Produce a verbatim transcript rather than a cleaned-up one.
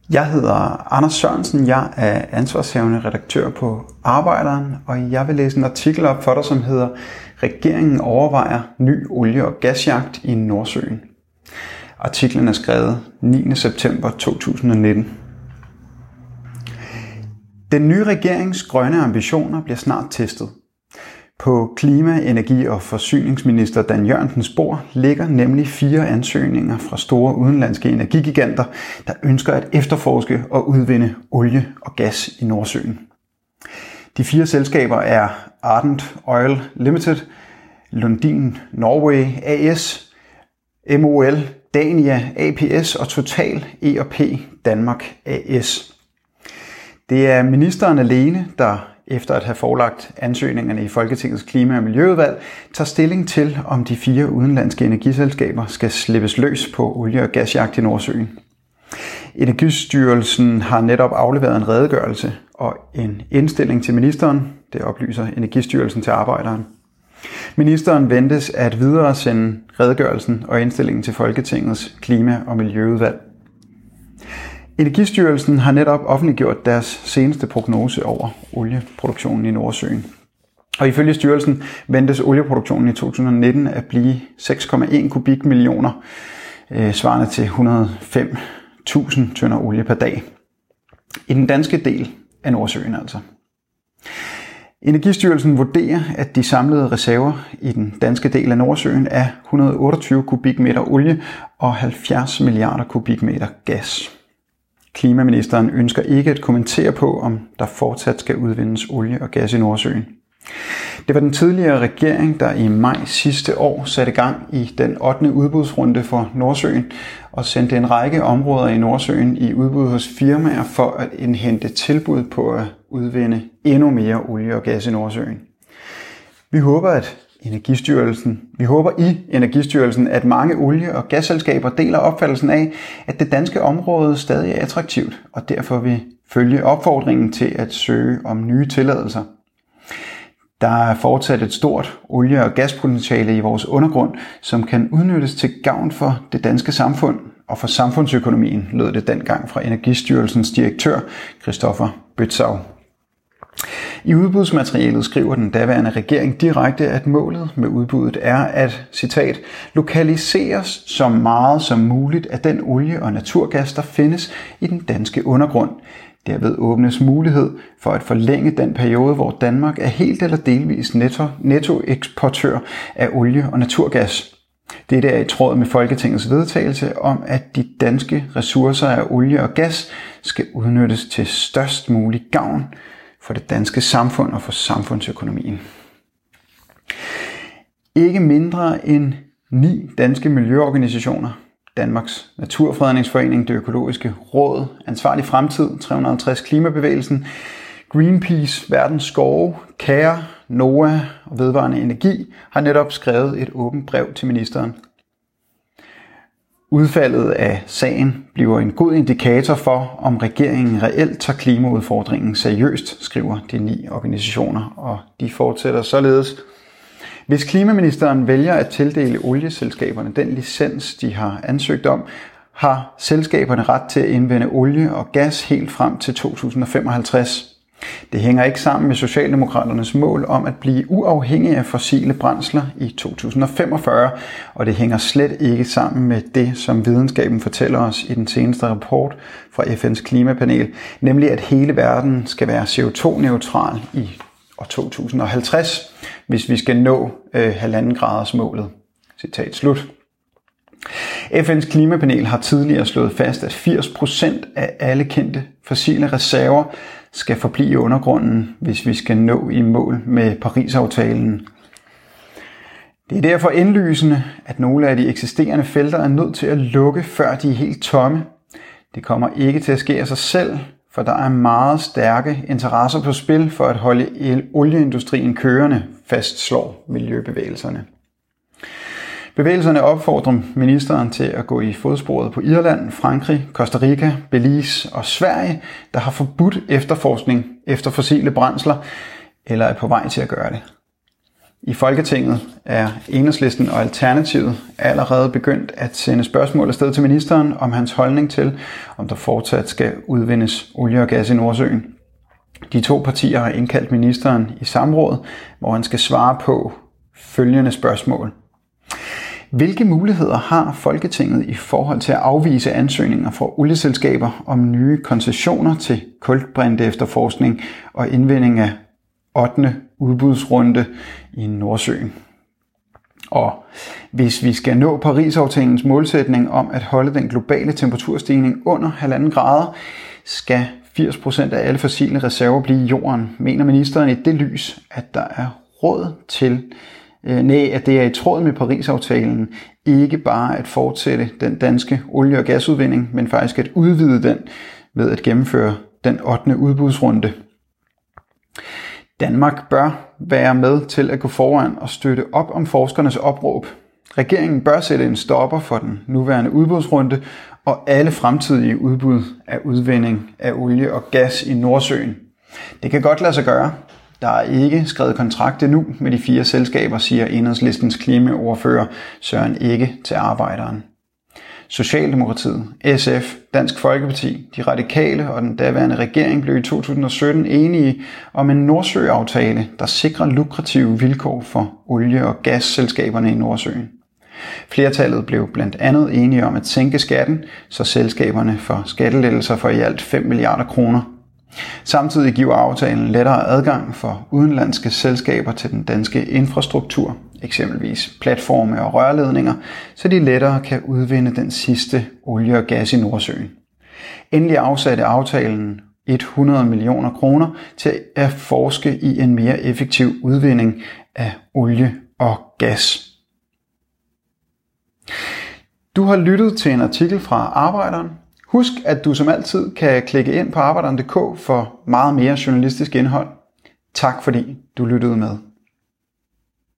Jeg hedder Anders Sørensen, jeg er ansvarshavende redaktør på Arbejderen, og jeg vil læse en artikel op for dig, som hedder Regeringen overvejer ny olie- og gasjagt i Nordsøen. Artiklen er skrevet niende september to tusind og nitten. Den nye regerings grønne ambitioner bliver snart testet. På klima-, energi- og forsyningsminister Dan Jørgensens bord ligger nemlig fire ansøgninger fra store udenlandske energigiganter, der ønsker at efterforske og udvinde olie og gas i Nordsøen. De fire selskaber er Ardent Oil Limited, Lundin Norway A S, M O L Dania A P S og Total E og P Danmark A S. Det er ministeren alene, der efter at have forelagt ansøgningerne i Folketingets Klima- og Miljøudvalg, tager stilling til, om de fire udenlandske energiselskaber skal slippes løs på olie- og gasjagt i Nordsøen. Energistyrelsen har netop afleveret en redegørelse og en indstilling til ministeren. Det oplyser Energistyrelsen til Arbejderen. Ministeren ventes at videre sende redegørelsen og indstillingen til Folketingets Klima- og Miljøudvalg. Energistyrelsen har netop offentliggjort deres seneste prognose over olieproduktionen i Nordsøen. Og ifølge styrelsen ventes olieproduktionen i to tusind og nitten at blive seks komma en kubikmillioner, øh, svarende til et hundrede og fem tusind tønder olie per dag. I den danske del af Nordsøen altså. Energistyrelsen vurderer, at de samlede reserver i den danske del af Nordsøen er et hundrede og otteogtyve kubikmeter olie og halvfjerds milliarder kubikmeter gas. Klimaministeren ønsker ikke at kommentere på, om der fortsat skal udvindes olie og gas i Nordsøen. Det var den tidligere regering, der i maj sidste år satte gang i den ottende udbudsrunde for Nordsøen og sendte en række områder i Nordsøen i udbud hos firmaer for at indhente tilbud på at udvinde endnu mere olie og gas i Nordsøen. Vi håber, at Energistyrelsen. Vi håber i Energistyrelsen, at mange olie- og gasselskaber deler opfattelsen af, at det danske område stadig er attraktivt, og derfor vil følge opfordringen til at søge om nye tilladelser. Der er fortsat et stort olie- og gaspotentiale i vores undergrund, som kan udnyttes til gavn for det danske samfund og for samfundsøkonomien, lød det dengang fra Energistyrelsens direktør, Christoffer Bøtzau. I udbudsmaterialet skriver den daværende regering direkte, at målet med udbuddet er at, citat, lokaliseres så meget som muligt af den olie og naturgas, der findes i den danske undergrund. Derved åbnes mulighed for at forlænge den periode, hvor Danmark er helt eller delvis netto, nettoeksportør af olie og naturgas. Dette er i tråd med Folketingets vedtagelse om, at de danske ressourcer af olie og gas skal udnyttes til størst mulig gavn for det danske samfund og for samfundsøkonomien. Ikke mindre end ni danske miljøorganisationer, Danmarks Naturfredningsforening, Det Økologiske Råd, Ansvarlig Fremtid, tre hundrede og halvtreds Klimabevægelsen, Greenpeace, Verdens Skove, CARE, NOAH og Vedvarende Energi har netop skrevet et åbent brev til ministeren. Udfaldet af sagen bliver en god indikator for, om regeringen reelt tager klimaudfordringen seriøst, skriver de ni organisationer, og de fortsætter således. Hvis klimaministeren vælger at tildele olieselskaberne den licens, de har ansøgt om, har selskaberne ret til at indvinde olie og gas helt frem til to tusind og femoghalvtreds. Det hænger ikke sammen med Socialdemokraternes mål om at blive uafhængige af fossile brændsler i to tusind og femogfyrre, og det hænger slet ikke sammen med det, som videnskaben fortæller os i den seneste rapport fra F N's klimapanel, nemlig at hele verden skal være C O to neutral i år to tusind og halvtreds, hvis vi skal nå øh, halvanden graders målet. Citat slut. F N's klimapanel har tidligere slået fast, at firs procent af alle kendte fossile reserver skal forblive i undergrunden, hvis vi skal nå i mål med Paris-aftalen. Det er derfor indlysende, at nogle af de eksisterende felter er nødt til at lukke, før de er helt tomme. Det kommer ikke til at ske af sig selv, for der er meget stærke interesser på spil for at holde olieindustrien kørende, fastslår miljøbevægelserne. Bevægelserne opfordrer ministeren til at gå i fodsporet på Irland, Frankrig, Costa Rica, Belize og Sverige, der har forbudt efterforskning efter fossile brændsler, eller er på vej til at gøre det. I Folketinget er Enhedslisten og Alternativet allerede begyndt at sende spørgsmål afsted til ministeren om hans holdning til, om der fortsat skal udvindes olie og gas i Nordsøen. De to partier har indkaldt ministeren i samråd, hvor han skal svare på følgende spørgsmål. Hvilke muligheder har Folketinget i forhold til at afvise ansøgninger fra olieselskaber om nye koncessioner til kulbrinteefterforskning og indvinding af ottende udbudsrunde i Nordsøen? Og hvis vi skal nå Paris-aftalens målsætning om at holde den globale temperaturstigning under halvanden grader, skal firs procent af alle fossile reserver blive i jorden. Mener ministeren i det lys, at der er råd til, øh, nej, at det er i tråd med Paris-aftalen, ikke bare at fortsætte den danske olie- og gasudvinding, men faktisk at udvide den ved at gennemføre den ottende udbudsrunde? Danmark bør være med til at gå foran og støtte op om forskernes opråb. Regeringen bør sætte en stopper for den nuværende udbudsrunde og alle fremtidige udbud af udvinding af olie og gas i Nordsøen. Det kan godt lade sig gøre. Der er ikke skrevet kontrakt endnu med de fire selskaber, siger Enhedslistens klimaordfører Søren Egge til Arbejderen. Socialdemokratiet, S F, Dansk Folkeparti, De Radikale og den daværende regering blev i to tusind og sytten enige om en Nordsø-aftale, der sikrer lukrative vilkår for olie- og gasselskaberne i Nordsøen. Flertallet blev blandt andet enige om at sænke skatten, så selskaberne får skattelettelser for i alt fem milliarder kroner. Samtidig giver aftalen lettere adgang for udenlandske selskaber til den danske infrastruktur, eksempelvis platforme og rørledninger, så de lettere kan udvinde den sidste olie og gas i Nordsøen. Endelig afsatte aftalen hundrede millioner kroner til at forske i en mere effektiv udvinding af olie og gas. Du har lyttet til en artikel fra Arbejderen. Husk, at du som altid kan klikke ind på arbejderen punktum d k for meget mere journalistisk indhold. Tak fordi du lyttede med.